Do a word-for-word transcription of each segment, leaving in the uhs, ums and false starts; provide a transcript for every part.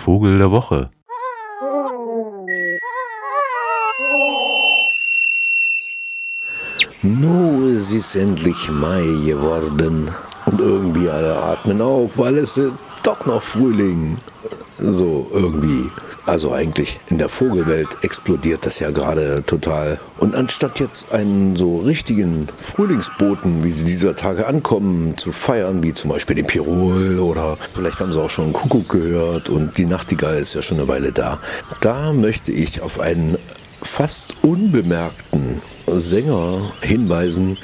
Vogel der Woche. Nu ist es endlich Mai geworden und irgendwie alle atmen auf, weil es ist doch noch Frühling. So irgendwie. Also eigentlich in der Vogelwelt explodiert das ja gerade total. Und anstatt jetzt einen so richtigen Frühlingsboten, wie sie dieser Tage ankommen, zu feiern, wie zum Beispiel den Pirol oder vielleicht haben sie auch schon einen Kuckuck gehört und die Nachtigall ist ja schon eine Weile da. Da möchte ich auf einen fast unbemerkten Sänger hinweisen,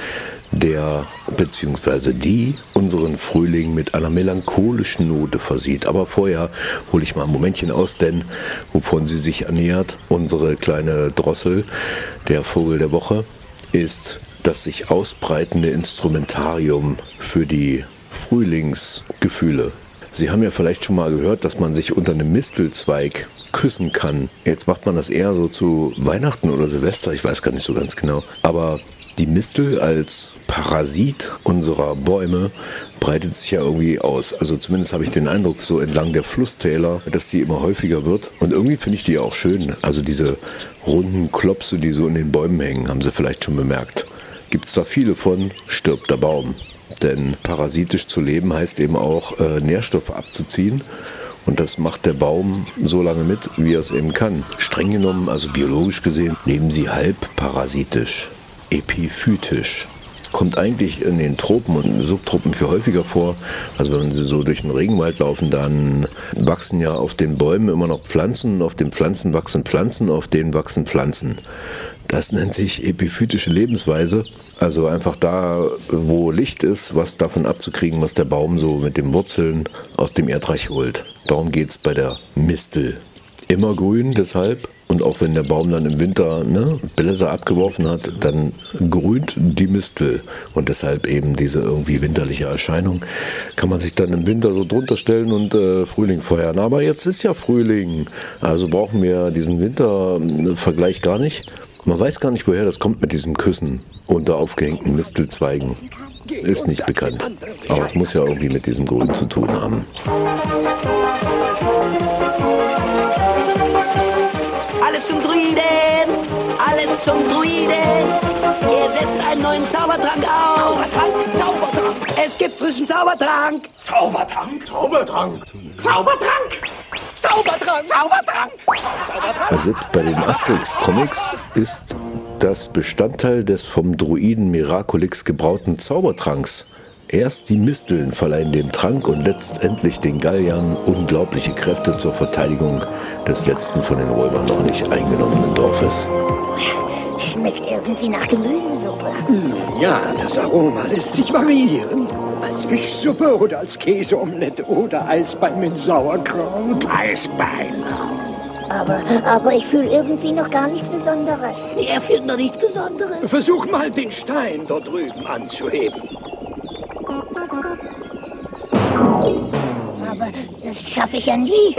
der bzw. die unseren Frühling mit einer melancholischen Note versieht. Aber vorher hole ich mal ein Momentchen aus, denn wovon sie sich ernährt, unsere kleine Drossel, der Vogel der Woche, ist das sich ausbreitende Instrumentarium für die Frühlingsgefühle. Sie haben ja vielleicht schon mal gehört, dass man sich unter einem Mistelzweig küssen kann. Jetzt macht man das eher so zu Weihnachten oder Silvester, ich weiß gar nicht so ganz genau. Aber die Mistel als Parasit unserer Bäume breitet sich ja irgendwie aus. Also zumindest habe ich den Eindruck, so entlang der Flusstäler, dass die immer häufiger wird. Und irgendwie finde ich die auch schön. Also diese runden Klopse, die so in den Bäumen hängen, haben Sie vielleicht schon bemerkt. Gibt es da viele von, stirbt der Baum. Denn parasitisch zu leben heißt eben auch, äh, Nährstoffe abzuziehen. Und das macht der Baum so lange mit, wie er es eben kann. Streng genommen, also biologisch gesehen, leben sie halb parasitisch, epiphytisch. Kommt eigentlich in den Tropen und Subtropen viel häufiger vor. Also wenn Sie so durch den Regenwald laufen, dann wachsen ja auf den Bäumen immer noch Pflanzen, auf den Pflanzen wachsen Pflanzen, auf denen wachsen Pflanzen. Das nennt sich epiphytische Lebensweise. Also einfach da, wo Licht ist, was davon abzukriegen, was der Baum so mit den Wurzeln aus dem Erdreich holt. Darum geht es bei der Mistel. Immer grün deshalb. Und auch wenn der Baum dann im Winter ne, Blätter abgeworfen hat, dann grünt die Mistel. Und deshalb eben diese irgendwie winterliche Erscheinung. Kann man sich dann im Winter so drunter stellen und äh, Frühling feiern. Aber jetzt ist ja Frühling. Also brauchen wir diesen Wintervergleich gar nicht. Man weiß gar nicht, woher das kommt mit diesem Küssen unter aufgehängten Mistelzweigen. Ist nicht bekannt. Aber es muss ja irgendwie mit diesem Grün zu tun haben. Alles zum Druiden, alles zum Druiden. Ihr setzt einen neuen Zaubertrank auf. Zaubertrank, Zaubertrank. Es gibt frischen Zaubertrank. Zaubertrank, Zaubertrank. Zaubertrank. Zaubertrank, Zaubertrank. Zaubertrank. Also bei den Asterix-Comics ist das Bestandteil des vom Druiden Miraculix gebrauten Zaubertranks. Erst die Misteln verleihen dem Trank und letztendlich den Galliern unglaubliche Kräfte zur Verteidigung des letzten von den Räubern noch nicht eingenommenen Dorfes. Schmeckt irgendwie nach Gemüsesuppe. Ja, das Aroma lässt sich variieren. Als Fischsuppe oder als Käseomelette oder Eisbein mit Sauerkraut. Eisbein. Aber, aber ich fühle irgendwie noch gar nichts Besonderes. Er fühlt noch nichts Besonderes. Versuch mal, den Stein dort drüben anzuheben. Aber das schaffe ich ja nie.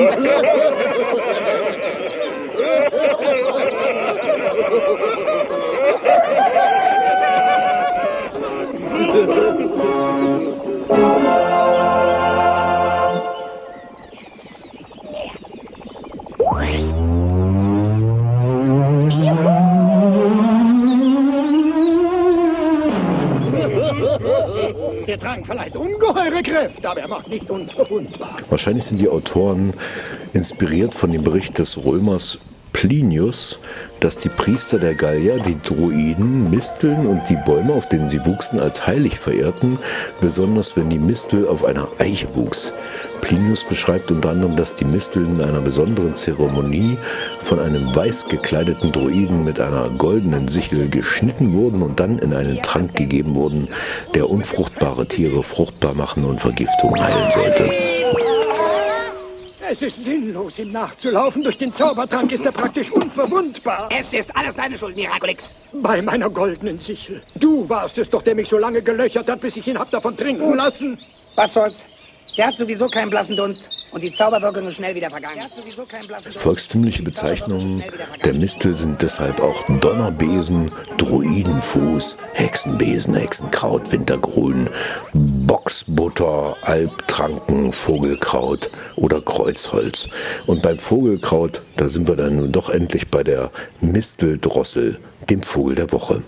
Der Trank verleiht ungeheure Kräfte, aber er macht nicht unverwundbar. Wahrscheinlich sind die Autoren inspiriert von dem Bericht des Römers Plinius, dass die Priester der Gallier die Druiden, Misteln und die Bäume, auf denen sie wuchsen, als heilig verehrten, besonders wenn die Mistel auf einer Eiche wuchs. Plinius beschreibt unter anderem, dass die Misteln in einer besonderen Zeremonie von einem weiß gekleideten Druiden mit einer goldenen Sichel geschnitten wurden und dann in einen Trank gegeben wurden, der unfruchtbare Tiere fruchtbar machen und Vergiftung heilen sollte. Es ist sinnlos, ihm nachzulaufen. Durch den Zaubertrank ist er praktisch unverwundbar. Es ist alles deine Schuld, Miraculix. Bei meiner goldenen Sichel. Du warst es doch, der mich so lange gelöchert hat, bis ich ihn hab davon trinken lassen. Was soll's? Der hat sowieso keinen blassen Dunst und die Zauberwirkung ist schnell wieder vergangen. Volkstümliche Bezeichnungen der Mistel sind deshalb auch Donnerbesen, Druidenfuß, Hexenbesen, Hexenkraut, Wintergrün, Boxbutter, Albtranken, Vogelkraut oder Kreuzholz. Und beim Vogelkraut, da sind wir dann nun doch endlich bei der Misteldrossel, dem Vogel der Woche.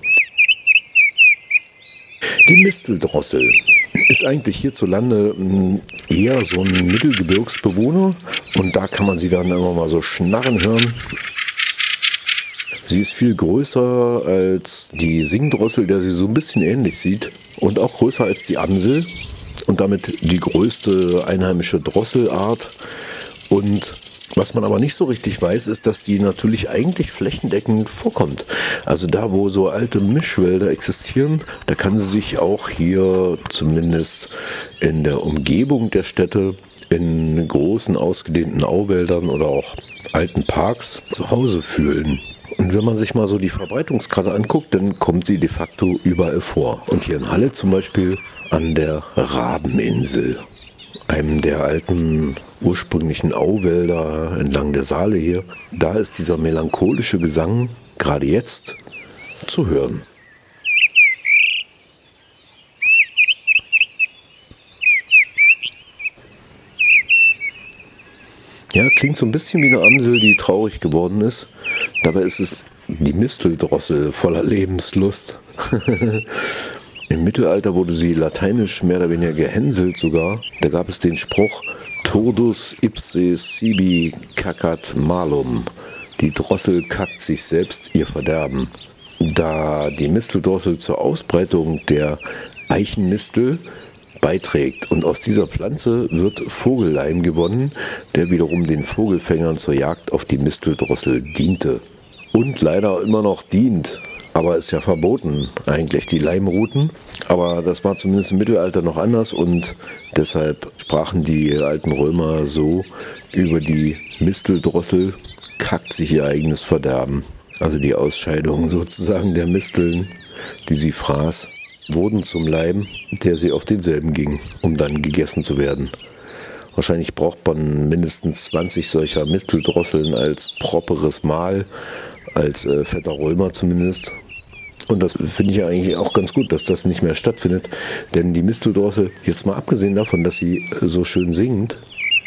Die Misteldrossel ist eigentlich hierzulande eher so ein Mittelgebirgsbewohner und da kann man sie dann immer mal so schnarren hören. Sie ist viel größer als die Singdrossel, der sie so ein bisschen ähnlich sieht, und auch größer als die Amsel und damit die größte einheimische Drosselart. Und was man aber nicht so richtig weiß, ist, dass die natürlich eigentlich flächendeckend vorkommt. Also da, wo so alte Mischwälder existieren, da kann sie sich auch hier zumindest in der Umgebung der Städte, in großen ausgedehnten Auwäldern oder auch alten Parks zu Hause fühlen. Und wenn man sich mal so die Verbreitungskarte anguckt, dann kommt sie de facto überall vor. Und hier in Halle zum Beispiel an der Rabeninsel, einem der alten ursprünglichen Auwälder entlang der Saale hier, da ist dieser melancholische Gesang gerade jetzt zu hören. Ja, klingt so ein bisschen wie eine Amsel, die traurig geworden ist. Dabei ist es die Misteldrossel voller Lebenslust. Im Mittelalter wurde sie lateinisch mehr oder weniger gehänselt sogar. Da gab es den Spruch Turdus ipse sibi cacat malum. Die Drossel kackt sich selbst ihr Verderben. Da die Misteldrossel zur Ausbreitung der Eichenmistel beiträgt und aus dieser Pflanze wird Vogelleim gewonnen, der wiederum den Vogelfängern zur Jagd auf die Misteldrossel diente. Und leider immer noch dient. Aber ist ja verboten eigentlich, die Leimruten. Aber das war zumindest im Mittelalter noch anders und deshalb sprachen die alten Römer so über die Misteldrossel, kackt sich ihr eigenes Verderben. Also die Ausscheidungen sozusagen der Misteln, die sie fraß, wurden zum Leim, der sie auf denselben ging, um dann gegessen zu werden. Wahrscheinlich braucht man mindestens zwanzig solcher Misteldrosseln als properes Mahl, als äh, fetter Römer zumindest. Und das finde ich ja eigentlich auch ganz gut, dass das nicht mehr stattfindet. Denn die Misteldrossel, jetzt mal abgesehen davon, dass sie so schön singt,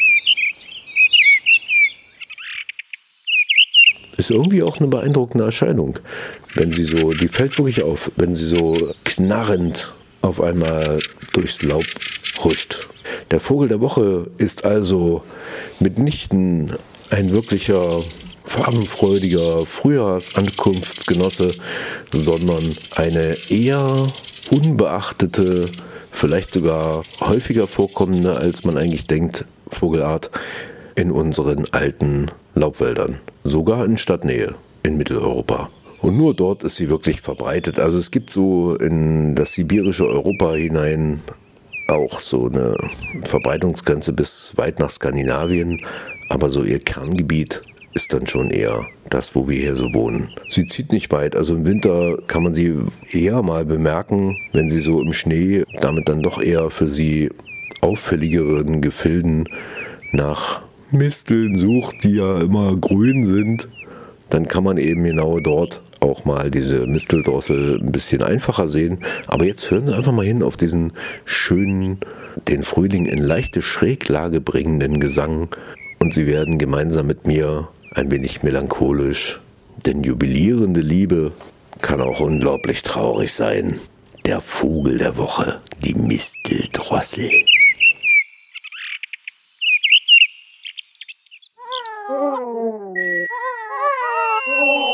ist irgendwie auch eine beeindruckende Erscheinung. Wenn sie so, die fällt wirklich auf, wenn sie so knarrend auf einmal durchs Laub huscht. Der Vogel der Woche ist also mitnichten ein wirklicher farbenfreudiger Frühjahrsankunftsgenosse, sondern eine eher unbeachtete, vielleicht sogar häufiger vorkommende, als man eigentlich denkt, Vogelart in unseren alten Laubwäldern. Sogar in Stadtnähe in Mitteleuropa. Und nur dort ist sie wirklich verbreitet. Also es gibt so in das sibirische Europa hinein auch so eine Verbreitungsgrenze bis weit nach Skandinavien, aber so ihr Kerngebiet ist dann schon eher das, wo wir hier so wohnen. Sie zieht nicht weit, also im Winter kann man sie eher mal bemerken, wenn sie so im Schnee, damit dann doch eher für sie auffälligeren Gefilden nach Misteln sucht, die ja immer grün sind, dann kann man eben genau dort auch mal diese Misteldrossel ein bisschen einfacher sehen. Aber jetzt hören Sie einfach mal hin auf diesen schönen, den Frühling in leichte Schräglage bringenden Gesang und Sie werden gemeinsam mit mir ein wenig melancholisch, denn jubilierende Liebe kann auch unglaublich traurig sein. Der Vogel der Woche, die Misteldrossel. Oh.